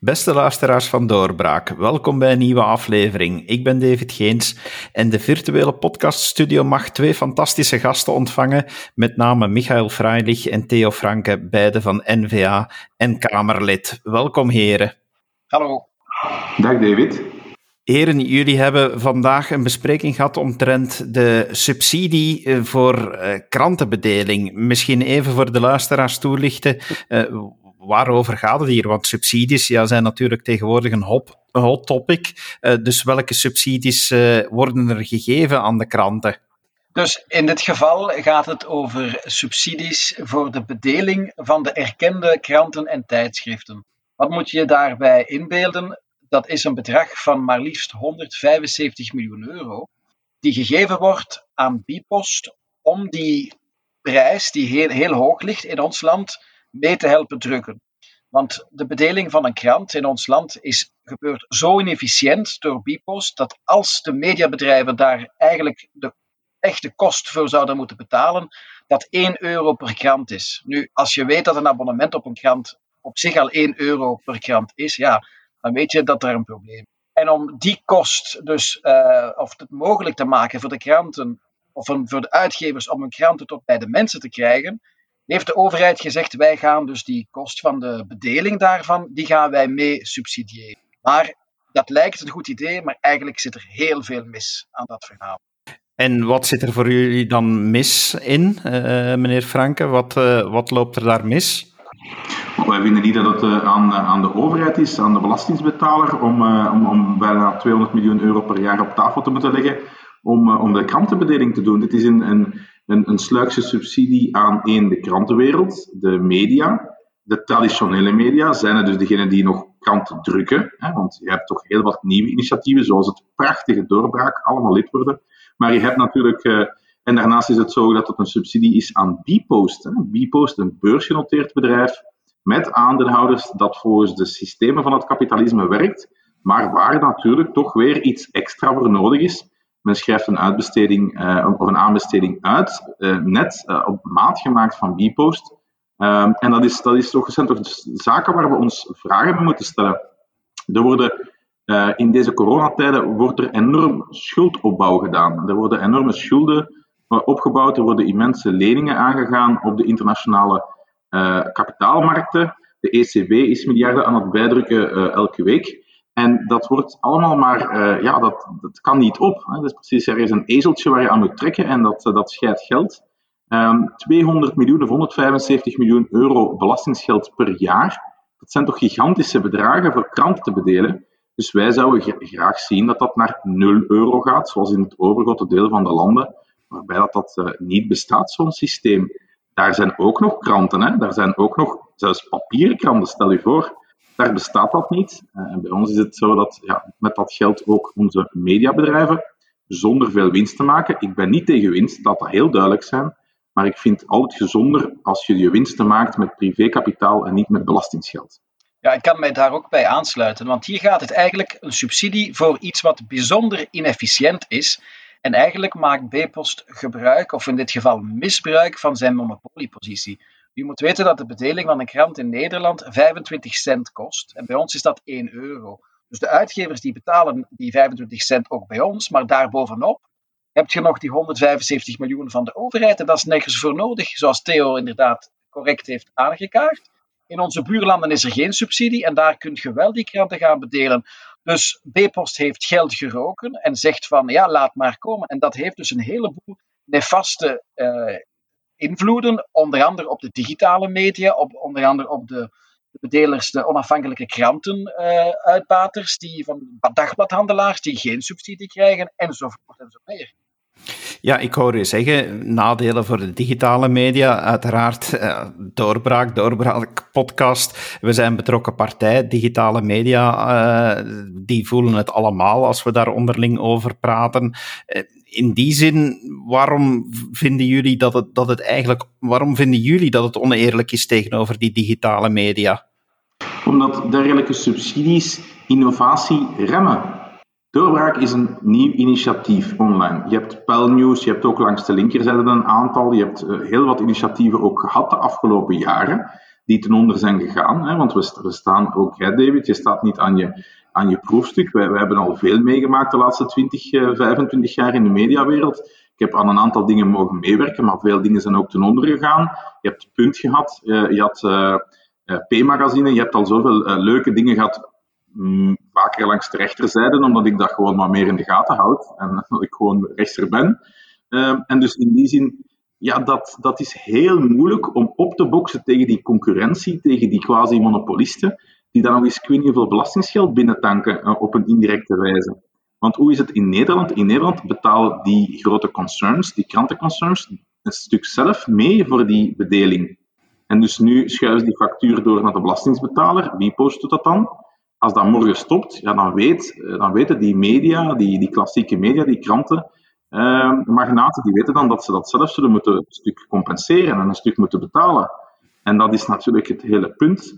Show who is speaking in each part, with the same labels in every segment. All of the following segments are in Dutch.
Speaker 1: Beste luisteraars van Doorbraak, welkom bij een nieuwe aflevering. Ik ben David Geens en de virtuele podcaststudio mag twee fantastische gasten ontvangen, met name Michael Freilich en Theo Franke, beide van N-VA en Kamerlid. Welkom heren.
Speaker 2: Hallo.
Speaker 3: Dag David.
Speaker 1: Heren, jullie hebben vandaag een bespreking gehad omtrent de subsidie voor krantenbedeling. Misschien even voor de luisteraars toelichten. Waarover gaat het hier? Want subsidies zijn natuurlijk tegenwoordig een hot topic. Dus welke subsidies worden er gegeven aan de kranten?
Speaker 2: Dus in dit geval gaat het over subsidies voor de bedeling van de erkende kranten en tijdschriften. Wat moet je daarbij inbeelden? Dat is een bedrag van maar liefst 175 miljoen euro, die gegeven wordt aan Bpost om die prijs, die heel hoog ligt in ons land, mee te helpen drukken. Want de bedeling van een krant in ons land gebeurt zo inefficiënt door Bpost, dat als de mediabedrijven daar eigenlijk de echte kost voor zouden moeten betalen, dat 1 euro per krant is. Nu, als je weet dat een abonnement op een krant op zich al 1 euro per krant is, dan weet je dat er een probleem is. En om die kost dus of het mogelijk te maken voor de kranten of voor de uitgevers om hun kranten tot bij de mensen te krijgen, heeft de overheid gezegd, wij gaan dus die kost van de bedeling daarvan, die gaan wij mee subsidiëren. Maar dat lijkt een goed idee, maar eigenlijk zit er heel veel mis aan dat verhaal.
Speaker 1: En wat zit er voor jullie dan mis in, meneer Franke? Wat loopt er daar mis?
Speaker 3: Wij vinden niet dat het aan de overheid is, aan de belastingsbetaler, om bijna 200 miljoen euro per jaar op tafel te moeten leggen om de krantenbedeling te doen. Dit is een sluikse subsidie aan de krantenwereld, de media, de traditionele media, zijn er dus degenen die nog kranten drukken, want je hebt toch heel wat nieuwe initiatieven, zoals het prachtige Doorbraak, allemaal lid worden. Maar je hebt natuurlijk, en daarnaast is het zo dat het een subsidie is aan Bpost. Bpost, een beursgenoteerd bedrijf, met aandeelhouders dat volgens de systemen van het kapitalisme werkt, maar waar natuurlijk toch weer iets extra voor nodig is. Men schrijft een uitbesteding of een aanbesteding uit, net op maat gemaakt van Bpost. En dat zijn toch zaken waar we ons vragen bij moeten stellen. Er worden in deze coronatijden wordt er enorm schuldopbouw gedaan. Er worden enorme schulden opgebouwd, er worden immense leningen aangegaan op de internationale kapitaalmarkten. De ECB is miljarden aan het bijdrukken elke week. En dat wordt allemaal maar, dat kan niet op. Hè. Dus precies, er is een ezeltje waar je aan moet trekken en dat scheidt geld. 200 miljoen of 175 miljoen euro belastingsgeld per jaar. Dat zijn toch gigantische bedragen voor kranten te bedelen. Dus wij zouden graag zien dat dat naar 0 euro gaat, zoals in het overgrote deel van de landen, waarbij dat niet bestaat, zo'n systeem. Daar zijn ook nog kranten, hè. Daar zijn ook nog zelfs papieren kranten, stel je voor. Daar bestaat dat niet. En bij ons is het zo dat met dat geld ook onze mediabedrijven, zonder veel winst te maken. Ik ben niet tegen winst, laat dat heel duidelijk zijn. Maar ik vind het altijd gezonder als je winsten maakt met privékapitaal en niet met belastingsgeld.
Speaker 2: Ja, ik kan mij daar ook bij aansluiten, want hier gaat het eigenlijk een subsidie voor iets wat bijzonder inefficiënt is. En eigenlijk maakt Bpost gebruik, of in dit geval misbruik, van zijn monopoliepositie. U moet weten dat de bedeling van een krant in Nederland 25 cent kost. En bij ons is dat 1 euro. Dus de uitgevers die betalen die 25 cent ook bij ons, maar daarbovenop heb je nog die 175 miljoen van de overheid. En dat is nergens voor nodig, zoals Theo inderdaad correct heeft aangekaart. In onze buurlanden is er geen subsidie en daar kun je wel die kranten gaan bedelen. Dus Bpost heeft geld geroken en zegt van laat maar komen. En dat heeft dus een heleboel nefaste invloeden, onder andere op de digitale media, onder andere op de bedelers, de onafhankelijke krantenuitbaters, die van dagbladhandelaars die geen subsidie krijgen, enzovoort en zo meer.
Speaker 1: Ja, ik hoor je zeggen, nadelen voor de digitale media, uiteraard Doorbraak podcast. We zijn betrokken partij, digitale media, die voelen het allemaal als we daar onderling over praten. In die zin, waarom vinden jullie dat het oneerlijk is tegenover die digitale media?
Speaker 3: Omdat dergelijke subsidies innovatie remmen. Doorbraak is een nieuw initiatief online. Je hebt Pelnieuws, je hebt ook langs de linkerzijde een aantal. Je hebt heel wat initiatieven ook gehad de afgelopen jaren. die ten onder zijn gegaan. Hè, want we staan, ook jij David, je staat niet aan je proefstuk. Wij hebben al veel meegemaakt de laatste 20, 25 jaar in de mediawereld. Ik heb aan een aantal dingen mogen meewerken, maar veel dingen zijn ook ten onder gegaan. Je hebt Punt gehad, je had P-magazine, je hebt al zoveel leuke dingen gehad, vaker langs de rechterzijde, omdat ik dat gewoon maar meer in de gaten houd en dat ik gewoon rechter ben. En dus in die zin, ja, dat is heel moeilijk om op te boksen tegen die concurrentie, tegen die quasi-monopolisten, die dan nog eens ik weet niet hoeveel belastingsgeld binnentanken op een indirecte wijze. Want hoe is het in Nederland? In Nederland betalen die grote concerns, die krantenconcerns, een stuk zelf mee voor die bedeling. En dus nu schuiven ze die factuur door naar de belastingsbetaler. Wie post dat dan? Als dat morgen stopt, ja, dan weten die media, die klassieke media, die kranten, magnaten, die weten dan dat ze dat zelf zullen moeten een stuk compenseren en een stuk moeten betalen. En dat is natuurlijk het hele punt.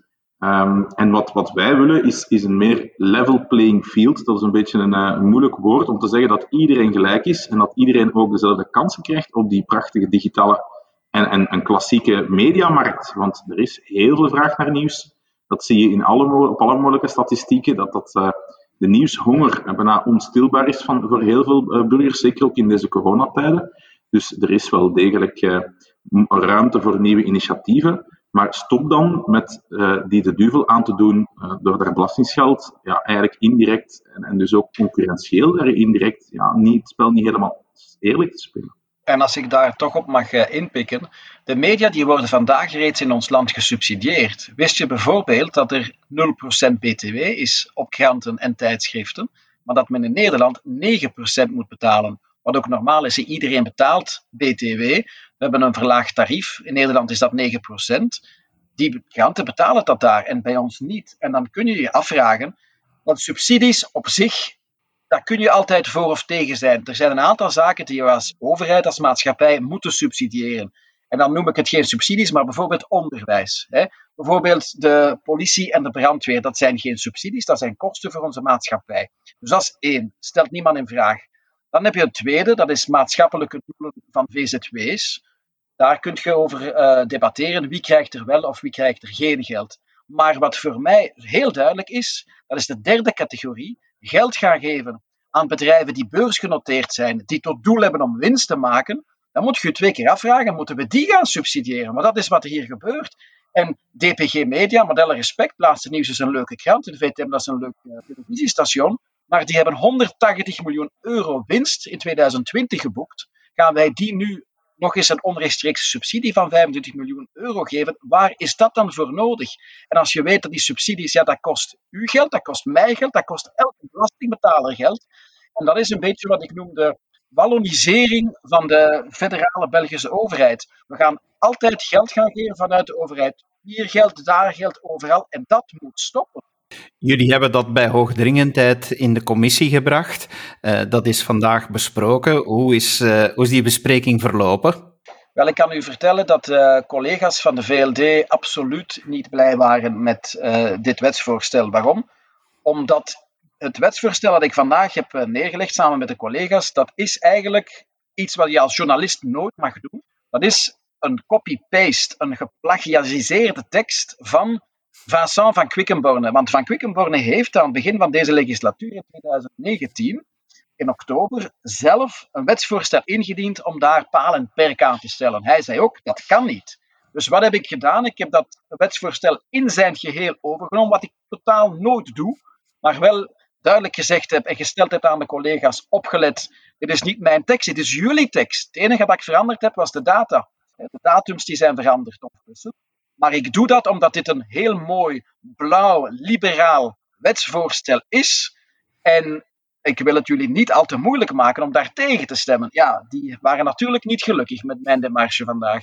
Speaker 3: En wat wij willen is een meer level playing field. Dat is een beetje een moeilijk woord om te zeggen dat iedereen gelijk is en dat iedereen ook dezelfde kansen krijgt op die prachtige digitale en klassieke mediamarkt. Want er is heel veel vraag naar nieuws. Dat zie je op alle mogelijke statistieken, dat de nieuwshonger bijna onstilbaar is voor heel veel burgers, zeker ook in deze coronatijden. Dus er is wel degelijk ruimte voor nieuwe initiatieven. Maar stop dan met die de duivel aan te doen door daar belastingsgeld eigenlijk indirect en dus ook concurrentieel daar indirect het spel niet helemaal eerlijk te spelen.
Speaker 2: En als ik daar toch op mag inpikken, de media die worden vandaag reeds in ons land gesubsidieerd. Wist je bijvoorbeeld dat er 0% btw is op kranten en tijdschriften, maar dat men in Nederland 9% moet betalen? Wat ook normaal is, iedereen betaalt btw. We hebben een verlaagd tarief. In Nederland is dat 9%. Die kranten betalen dat daar en bij ons niet. En dan kun je je afvragen, dat subsidies op zich, daar kun je altijd voor of tegen zijn. Er zijn een aantal zaken die je als overheid, als maatschappij moeten subsidiëren. En dan noem ik het geen subsidies, maar bijvoorbeeld onderwijs. Bijvoorbeeld de politie en de brandweer, dat zijn geen subsidies, dat zijn kosten voor onze maatschappij. Dus dat is één, stelt niemand in vraag. Dan heb je het tweede, dat is maatschappelijke doelen van VZW's. Daar kun je over debatteren, wie krijgt er wel of wie krijgt er geen geld. Maar wat voor mij heel duidelijk is, dat is de derde categorie, geld gaan geven aan bedrijven die beursgenoteerd zijn, die tot doel hebben om winst te maken, dan moet je 2 keer afvragen, moeten we die gaan subsidiëren? Maar dat is wat er hier gebeurt. En DPG Media, met alle respect, Laatste Nieuws is een leuke krant, de VTM dat is een leuk televisiestation, maar die hebben 180 miljoen euro winst in 2020 geboekt. Gaan wij die nu nog eens een onrechtstreekse subsidie van 25 miljoen euro geven? Waar is dat dan voor nodig? En als je weet dat die subsidies, dat kost u geld, dat kost mij geld, dat kost elke belastingbetaler geld. En dat is een beetje wat ik noem de wallonisering van de federale Belgische overheid. We gaan altijd geld gaan geven vanuit de overheid. Hier geld, daar geld, overal. En dat moet stoppen.
Speaker 1: Jullie hebben dat bij hoogdringendheid in de commissie gebracht. Dat is vandaag besproken. Hoe is die bespreking verlopen?
Speaker 2: Wel, ik kan u vertellen dat collega's van de VLD absoluut niet blij waren met dit wetsvoorstel. Waarom? Omdat het wetsvoorstel dat ik vandaag heb neergelegd samen met de collega's, dat is eigenlijk iets wat je als journalist nooit mag doen. Dat is een copy-paste, een geplagiariseerde tekst van Vincent van Quickenborne. Want Van Quickenborne heeft aan het begin van deze legislatuur in 2019, in oktober, zelf een wetsvoorstel ingediend om daar paal en perk aan te stellen. Hij zei ook, dat kan niet. Dus wat heb ik gedaan? Ik heb dat wetsvoorstel in zijn geheel overgenomen, wat ik totaal nooit doe, maar wel duidelijk gezegd heb en gesteld heb aan de collega's, opgelet, dit is niet mijn tekst, dit is jullie tekst. Het enige dat ik veranderd heb was de data. De datums die zijn veranderd ondertussen. Maar ik doe dat omdat dit een heel mooi, blauw, liberaal wetsvoorstel is. En ik wil het jullie niet al te moeilijk maken om daar tegen te stemmen. Ja, die waren natuurlijk niet gelukkig met mijn démarche vandaag.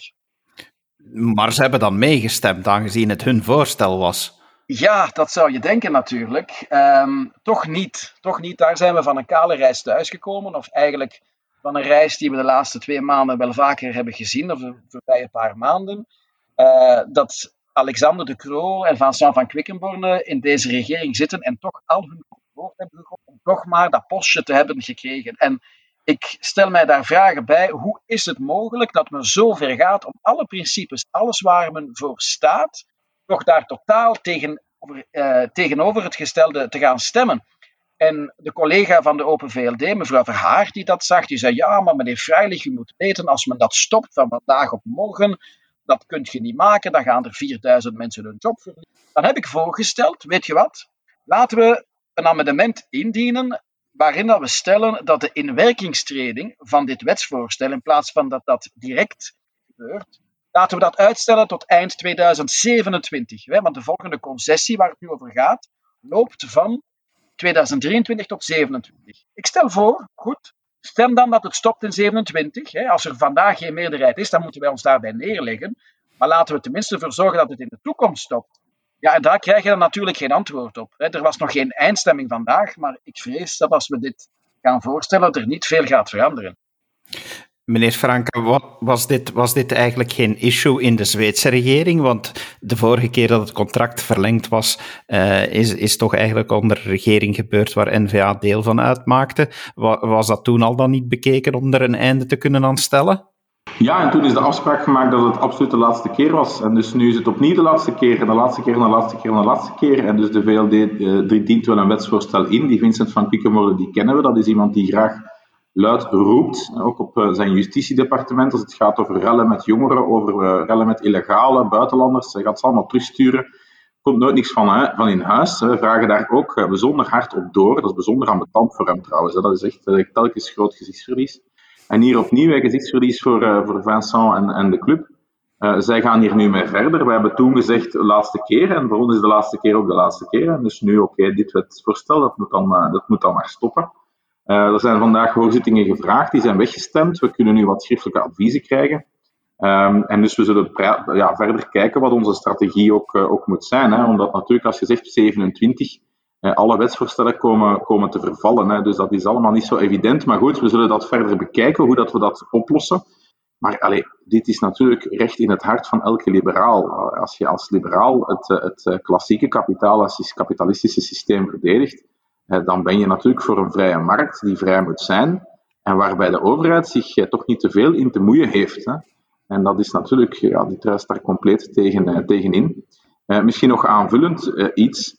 Speaker 1: Maar ze hebben dan meegestemd, aangezien het hun voorstel was.
Speaker 2: Ja, dat zou je denken natuurlijk. Toch niet. Daar zijn we van een kale reis thuisgekomen. Of eigenlijk van een reis die we de laatste 2 maanden wel vaker hebben gezien. Of de voorbije paar maanden. Dat Alexander De Croo en Vincent van Quickenborne in deze regering zitten en toch al hun woord hebben gegooid om toch maar dat postje te hebben gekregen. En ik stel mij daar vragen bij, hoe is het mogelijk dat men zo ver gaat om alle principes, alles waar men voor staat, toch daar totaal tegenover het gestelde te gaan stemmen. En de collega van de Open VLD, mevrouw Verhaar, die dat zag, die zei, ja, maar meneer Freilich, u moet weten, als men dat stopt van vandaag op morgen, dat kunt je niet maken, dan gaan er 4000 mensen hun job verliezen. Dan heb ik voorgesteld, weet je wat, laten we een amendement indienen waarin we stellen dat de inwerkingstreding van dit wetsvoorstel, in plaats van dat dat direct gebeurt, laten we dat uitstellen tot eind 2027. Want de volgende concessie waar het nu over gaat, loopt van 2023 tot 27. Ik stel voor, goed, stem dan dat het stopt in 27. Als er vandaag geen meerderheid is, dan moeten wij ons daarbij neerleggen. Maar laten we tenminste ervoor zorgen dat het in de toekomst stopt. Ja, en daar krijg je dan natuurlijk geen antwoord op. Er was nog geen eindstemming vandaag, maar ik vrees dat als we dit gaan voorstellen, er niet veel gaat veranderen.
Speaker 1: Meneer Franke, was dit eigenlijk geen issue in de Zweedse regering? Want de vorige keer dat het contract verlengd was, is toch eigenlijk onder een regering gebeurd waar N-VA deel van uitmaakte. Was dat toen al dan niet bekeken om er een einde te kunnen aan stellen?
Speaker 3: Ja, en toen is de afspraak gemaakt dat het absoluut de laatste keer was. En dus nu is het opnieuw de laatste keer, en de laatste keer, en de laatste keer, en de laatste keer. En dus de VLD dient wel een wetsvoorstel in. Die Vincent van Quickenborne, die kennen we. Dat is iemand die graag luid roept, ook op zijn justitiedepartement, als het gaat over rellen met jongeren, over rellen met illegale buitenlanders. Hij gaat ze allemaal terugsturen. Er komt nooit niks van in huis. We vragen daar ook bijzonder hard op door. Dat is bijzonder ambetant voor hem trouwens. Dat is echt telkens groot gezichtsverlies. En hier opnieuw een gezichtsverlies voor Vincent en de club. Zij gaan hier nu mee verder. We hebben toen gezegd de laatste keer, en voor ons is de laatste keer ook de laatste keer. En dus nu, dit wetsvoorstel, dat moet dan maar stoppen. Er zijn vandaag hoorzittingen gevraagd, die zijn weggestemd. We kunnen nu wat schriftelijke adviezen krijgen. En dus we zullen verder kijken wat onze strategie ook moet zijn. Hè? Omdat natuurlijk, als je zegt 27, alle wetsvoorstellen komen te vervallen. Hè? Dus dat is allemaal niet zo evident. Maar goed, we zullen dat verder bekijken, hoe dat we dat oplossen. Maar dit is natuurlijk recht in het hart van elke liberaal. Als je als liberaal het klassieke kapitalistische systeem verdedigt, dan ben je natuurlijk voor een vrije markt die vrij moet zijn en waarbij de overheid zich toch niet te veel in te moeien heeft. Hè. En dat is natuurlijk, die druist daar compleet tegenin. Misschien nog aanvullend iets.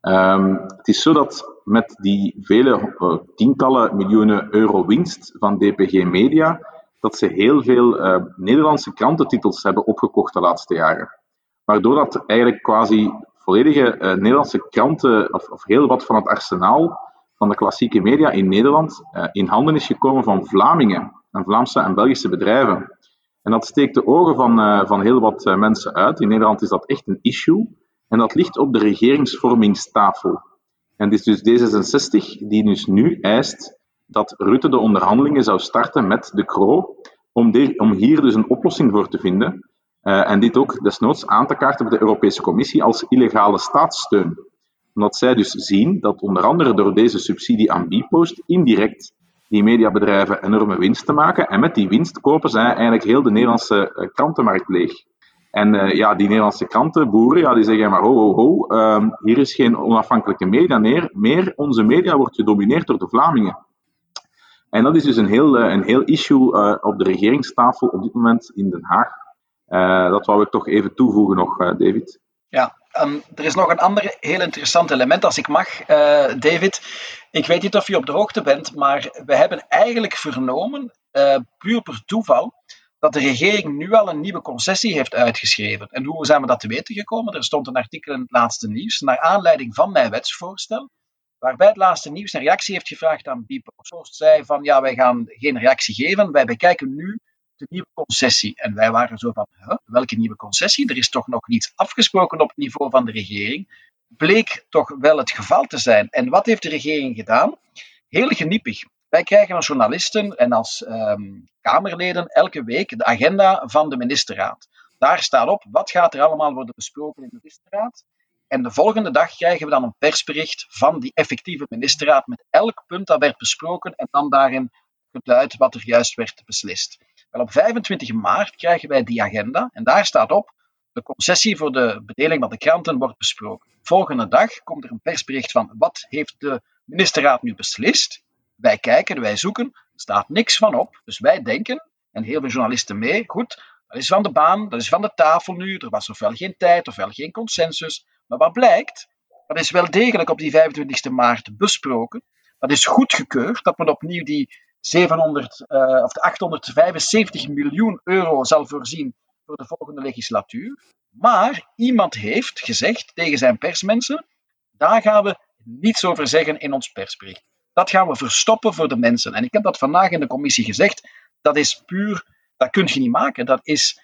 Speaker 3: Het is zo dat met die vele tientallen miljoenen euro winst van DPG Media, dat ze heel veel Nederlandse krantentitels hebben opgekocht de laatste jaren. Waardoor dat eigenlijk quasi volledige Nederlandse kranten, of heel wat van het arsenaal van de klassieke media in Nederland, in handen is gekomen van Vlamingen, en Vlaamse en Belgische bedrijven. En dat steekt de ogen van heel wat mensen uit. In Nederland is dat echt een issue. En dat ligt op de regeringsvormingstafel. En het is dus D66 die dus nu eist dat Rutte de onderhandelingen zou starten met De Croo, om hier dus een oplossing voor te vinden. En dit ook desnoods aan te kaarten bij de Europese Commissie als illegale staatssteun. Omdat zij dus zien dat onder andere door deze subsidie aan Bpost indirect die mediabedrijven enorme winst maken. En met die winst kopen zij eigenlijk heel de Nederlandse krantenmarkt leeg. En die Nederlandse krantenboeren, die zeggen maar ho, hier is geen onafhankelijke media meer. Onze media wordt gedomineerd door de Vlamingen. En dat is dus een heel issue op de regeringstafel op dit moment in Den Haag. Dat wou ik toch even toevoegen nog, David.
Speaker 2: Ja, er is nog een ander heel interessant element, als ik mag, David. Ik weet niet of je op de hoogte bent, maar we hebben eigenlijk vernomen, puur per toeval, dat de regering nu al een nieuwe concessie heeft uitgeschreven. En hoe zijn we dat te weten gekomen? Er stond een artikel in het laatste nieuws, naar aanleiding van mijn wetsvoorstel, waarbij het laatste nieuws een reactie heeft gevraagd aan Bpost. Zei van, wij gaan geen reactie geven, wij bekijken nu de nieuwe concessie. En wij waren zo van, welke nieuwe concessie? Er is toch nog niets afgesproken op het niveau van de regering. Bleek toch wel het geval te zijn. En wat heeft de regering gedaan? Heel geniepig. Wij krijgen als journalisten en als Kamerleden elke week de agenda van de ministerraad. Daar staat op, wat gaat er allemaal worden besproken in de ministerraad? En de volgende dag krijgen we dan een persbericht van die effectieve ministerraad met elk punt dat werd besproken en dan daarin geduid wat er juist werd beslist. Wel, op 25 maart krijgen wij die agenda en daar staat op, de concessie voor de bedeling van de kranten wordt besproken. Volgende dag komt er een persbericht van, wat heeft de ministerraad nu beslist? Wij kijken, wij zoeken, er staat niks van op. Dus wij denken, en heel veel journalisten mee, goed, Dat is van de baan, dat is van de tafel nu. Er was ofwel geen tijd, ofwel geen consensus. Maar wat blijkt? Dat is wel degelijk op die 25 maart besproken. Dat is goedgekeurd, dat men opnieuw die 875 miljoen euro zal voorzien voor de volgende legislatuur. Maar iemand heeft gezegd tegen zijn persmensen, daar gaan we niets over zeggen in ons persbericht. Dat gaan we verstoppen voor de mensen. En ik heb dat vandaag in de commissie gezegd, dat is puur, dat kun je niet maken. Dat is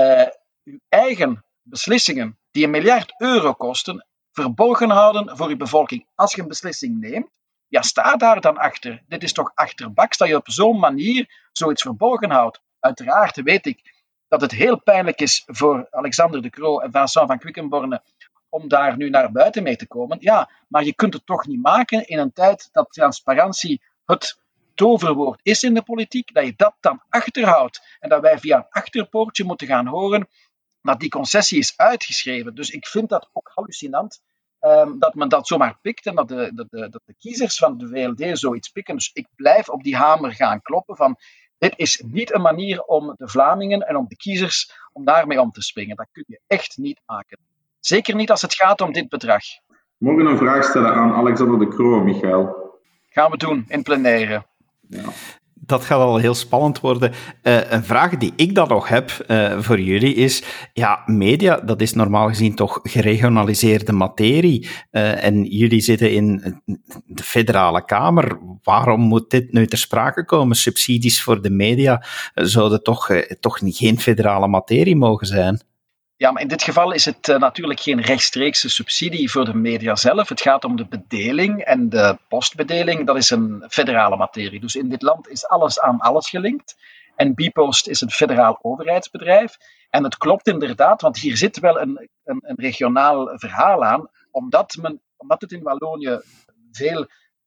Speaker 2: uw eigen beslissingen die €1 miljard kosten, verborgen houden voor uw bevolking. Als je een beslissing neemt, ja, sta daar dan achter. Dit is toch achterbaks dat je op zo'n manier zoiets verborgen houdt. Uiteraard weet ik dat het heel pijnlijk is voor Alexander De Croo en Vincent van Quickenborne om daar nu naar buiten mee te komen. Ja, maar je kunt het toch niet maken in een tijd dat transparantie het toverwoord is in de politiek, dat je dat dan achterhoudt en dat wij via een achterpoortje moeten gaan horen dat die concessie is uitgeschreven. Dus ik vind dat ook hallucinant dat men dat zomaar pikt en dat de kiezers van de VLD zoiets pikken. Dus ik blijf op die hamer gaan kloppen van dit is niet een manier om de Vlamingen en om de kiezers om daarmee om te springen. Dat kun je echt niet maken. Zeker niet als het gaat om dit bedrag.
Speaker 3: Mogen we een vraag stellen aan Alexander De Croo, Michael?
Speaker 2: Gaan we doen in plenaire.
Speaker 3: Ja.
Speaker 1: Dat gaat al heel spannend worden. Een vraag die ik dan nog heb voor jullie is, ja, media, dat is normaal gezien toch geregionaliseerde materie. En jullie zitten in de federale kamer. Waarom moet dit nu ter sprake komen? Subsidies voor de media zouden toch geen federale materie mogen zijn?
Speaker 2: Ja, maar in dit geval is het natuurlijk geen rechtstreekse subsidie voor de media zelf. Het gaat om de bedeling en de postbedeling. Dat is een federale materie. Dus in dit land is alles aan alles gelinkt. En Bpost is een federaal overheidsbedrijf. En het klopt inderdaad, want hier zit wel een regionaal verhaal aan. Omdat het in Wallonië veel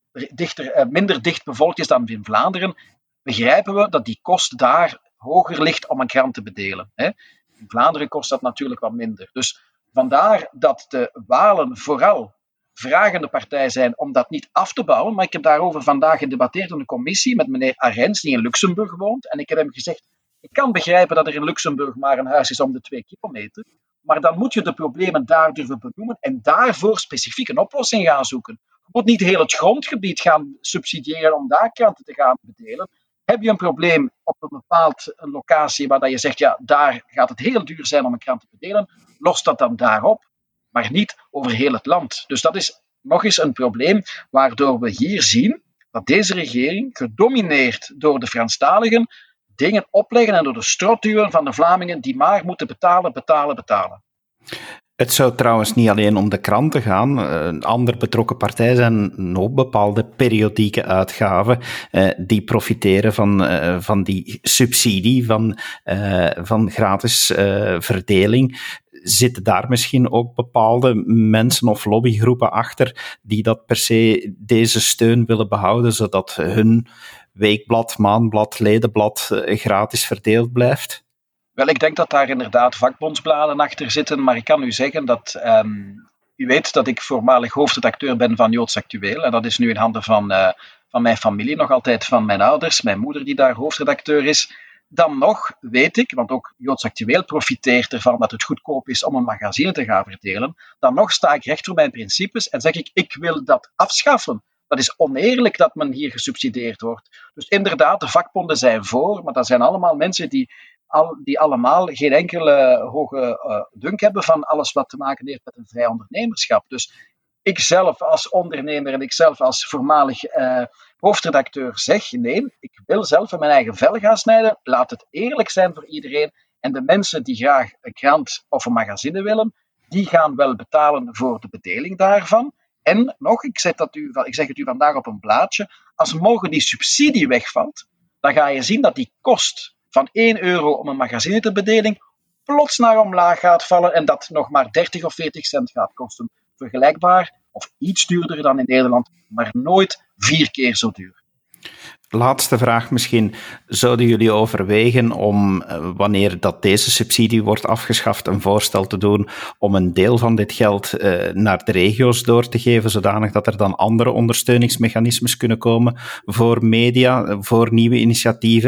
Speaker 2: minder dicht bevolkt is dan in Vlaanderen, begrijpen we dat die kost daar hoger ligt om een krant te bedelen. In Vlaanderen kost dat natuurlijk wat minder. Dus vandaar dat de Walen vooral vragende partij zijn om dat niet af te bouwen. Maar ik heb daarover vandaag gedebatteerd in de commissie met meneer Arends, die in Luxemburg woont. En ik heb hem gezegd, ik kan begrijpen dat er in Luxemburg maar een huis is om de 2 kilometer. Maar dan moet je de problemen daar durven benoemen en daarvoor specifiek een oplossing gaan zoeken. Je moet niet heel het grondgebied gaan subsidiëren om daar kranten te gaan bedelen. Heb je een probleem op een bepaald locatie waar je zegt, ja, daar gaat het heel duur zijn om een krant te bedelen, los dat dan daarop, maar niet over heel het land. Dus dat is nog eens een probleem waardoor we hier zien dat deze regering, gedomineerd door de Franstaligen, dingen opleggen en door de strot duwen van de Vlamingen die maar moeten betalen.
Speaker 1: Het zou trouwens niet alleen om de kranten gaan. Andere betrokken partijen zijn ook bepaalde periodieke uitgaven die profiteren van die subsidie, van gratis verdeling. Zitten daar misschien ook bepaalde mensen of lobbygroepen achter die dat per se deze steun willen behouden, zodat hun weekblad, maandblad, ledenblad gratis verdeeld blijft?
Speaker 2: Wel, ik denk dat daar inderdaad vakbondsbladen achter zitten, maar ik kan u zeggen dat u weet dat ik voormalig hoofdredacteur ben van Joods Actueel en dat is nu in handen van mijn familie, nog altijd van mijn ouders, mijn moeder die daar hoofdredacteur is. Dan nog weet ik, want ook Joods Actueel profiteert ervan dat het goedkoop is om een magazine te gaan verdelen, dan nog sta ik recht voor mijn principes en zeg ik wil dat afschaffen. Dat is oneerlijk dat men hier gesubsidieerd wordt. Dus inderdaad, de vakbonden zijn voor, maar dat zijn allemaal mensen die allemaal geen enkele hoge dunk hebben van alles wat te maken heeft met een vrij ondernemerschap. Dus ikzelf als ondernemer en ikzelf als voormalig hoofdredacteur zeg, nee, ik wil zelf in mijn eigen vel gaan snijden. Laat het eerlijk zijn voor iedereen. En de mensen die graag een krant of een magazine willen, die gaan wel betalen voor de bedeling daarvan. En nog, ik zeg het u vandaag op een blaadje, als morgen die subsidie wegvalt, dan ga je zien dat die kost van €1 om een magazine te bedelen plots naar omlaag gaat vallen en dat nog maar 30 of 40 cent gaat kosten. Vergelijkbaar of iets duurder dan in Nederland, maar nooit 4 keer zo duur.
Speaker 1: Laatste vraag misschien. Zouden jullie overwegen om, wanneer dat deze subsidie wordt afgeschaft, een voorstel te doen om een deel van dit geld naar de regio's door te geven, zodanig dat er dan andere ondersteuningsmechanismes kunnen komen voor media, voor nieuwe initiatieven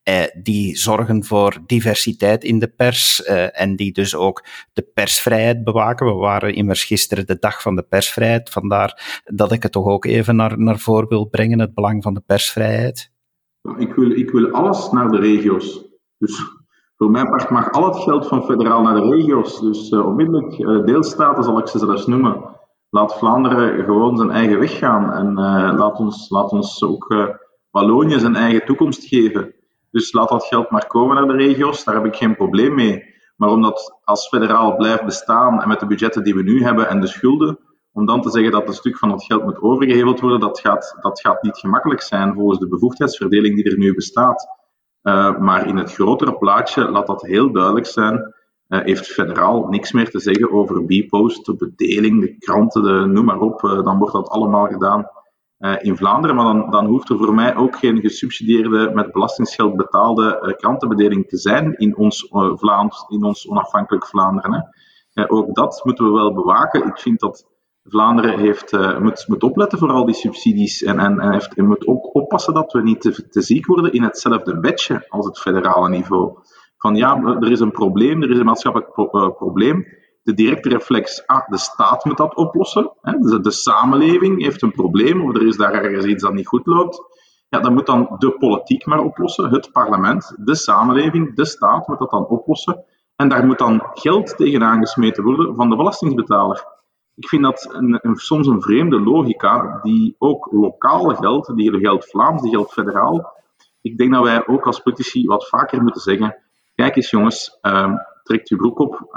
Speaker 1: die zorgen voor diversiteit in de pers en die dus ook de persvrijheid bewaken. We waren immers gisteren de dag van de persvrijheid, vandaar dat ik het toch ook even naar voren wil brengen, het belang van de persvrijheid.
Speaker 3: Ik wil alles naar de regio's. Dus voor mijn part mag al het geld van federaal naar de regio's. Dus onmiddellijk deelstaten zal ik ze zelfs noemen. Laat Vlaanderen gewoon zijn eigen weg gaan. En laat ons ook Wallonië zijn eigen toekomst geven. Dus laat dat geld maar komen naar de regio's. Daar heb ik geen probleem mee. Maar omdat als federaal blijft bestaan en met de budgetten die we nu hebben en de schulden, om dan te zeggen dat een stuk van het geld moet overgeheveld worden, dat gaat niet gemakkelijk zijn volgens de bevoegdheidsverdeling die er nu bestaat. Maar in het grotere plaatje, laat dat heel duidelijk zijn, heeft federaal niks meer te zeggen over Bpost, de bedeling, de kranten, noem maar op. Dan wordt dat allemaal gedaan in Vlaanderen. Maar dan hoeft er voor mij ook geen gesubsidieerde, met belastingsgeld betaalde krantenbedeling te zijn in ons onafhankelijk Vlaanderen. Ook dat moeten we wel bewaken. Ik vind dat Vlaanderen moet opletten voor al die subsidies en moet ook oppassen dat we niet te ziek worden in hetzelfde bedje als het federale niveau. Van ja, er is een probleem, er is een maatschappelijk probleem. De directe reflex, de staat moet dat oplossen. Hè? De samenleving heeft een probleem, of er is daar ergens iets dat niet goed loopt. Ja, dat moet dan de politiek maar oplossen, het parlement, de samenleving, de staat moet dat dan oplossen. En daar moet dan geld tegenaan gesmeten worden van de belastingbetaler. Ik vind dat soms een vreemde logica, die ook lokaal geldt, die geldt Vlaams, die geldt federaal. Ik denk dat wij ook als politici wat vaker moeten zeggen, kijk eens jongens, trek je broek op,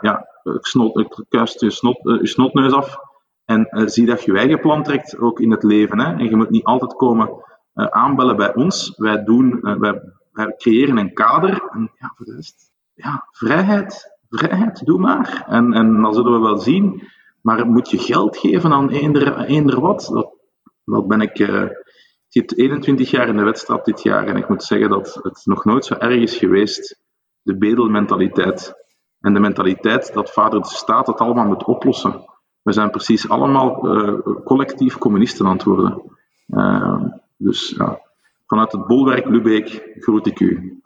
Speaker 3: kuist je snotneus af en zie dat je eigen plan trekt, ook in het leven. Hè? En je moet niet altijd komen aanbellen bij ons. Wij creëren een kader en voor de rest, vrijheid, doe maar. En dan zullen we wel zien. Maar moet je geld geven aan eender wat? Dat ben ik... Ik zit 21 jaar in de wedstrijd dit jaar en ik moet zeggen dat het nog nooit zo erg is geweest, de bedelmentaliteit. En de mentaliteit dat vader de staat het allemaal moet oplossen. We zijn precies allemaal collectief communisten aan het worden. Dus ja, vanuit het bolwerk Lubeek groet ik u.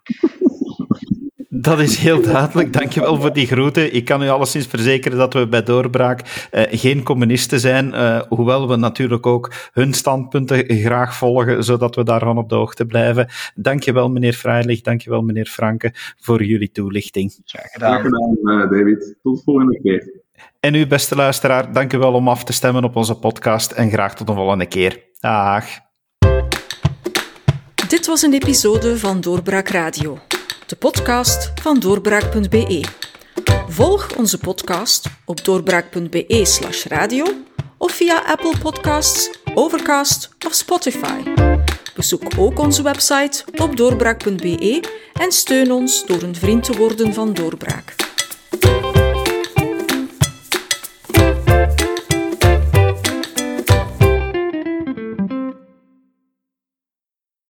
Speaker 1: Dat is heel duidelijk. Dankjewel voor die groeten. Ik kan u alleszins verzekeren dat we bij Doorbraak geen communisten zijn, hoewel we natuurlijk ook hun standpunten graag volgen, zodat we daarvan op de hoogte blijven. Dankjewel meneer Freilich, dankjewel meneer Franke voor jullie toelichting.
Speaker 3: Graag gedaan, David. Tot de volgende keer.
Speaker 1: En u, beste luisteraar, dankjewel om af te stemmen op onze podcast en graag tot een volgende keer. Dag.
Speaker 4: Dit was een episode van Doorbraak Radio, de podcast van doorbraak.be. Volg onze podcast op doorbraak.be/radio of via Apple Podcasts, Overcast of Spotify. Bezoek ook onze website op doorbraak.be en steun ons door een vriend te worden van Doorbraak.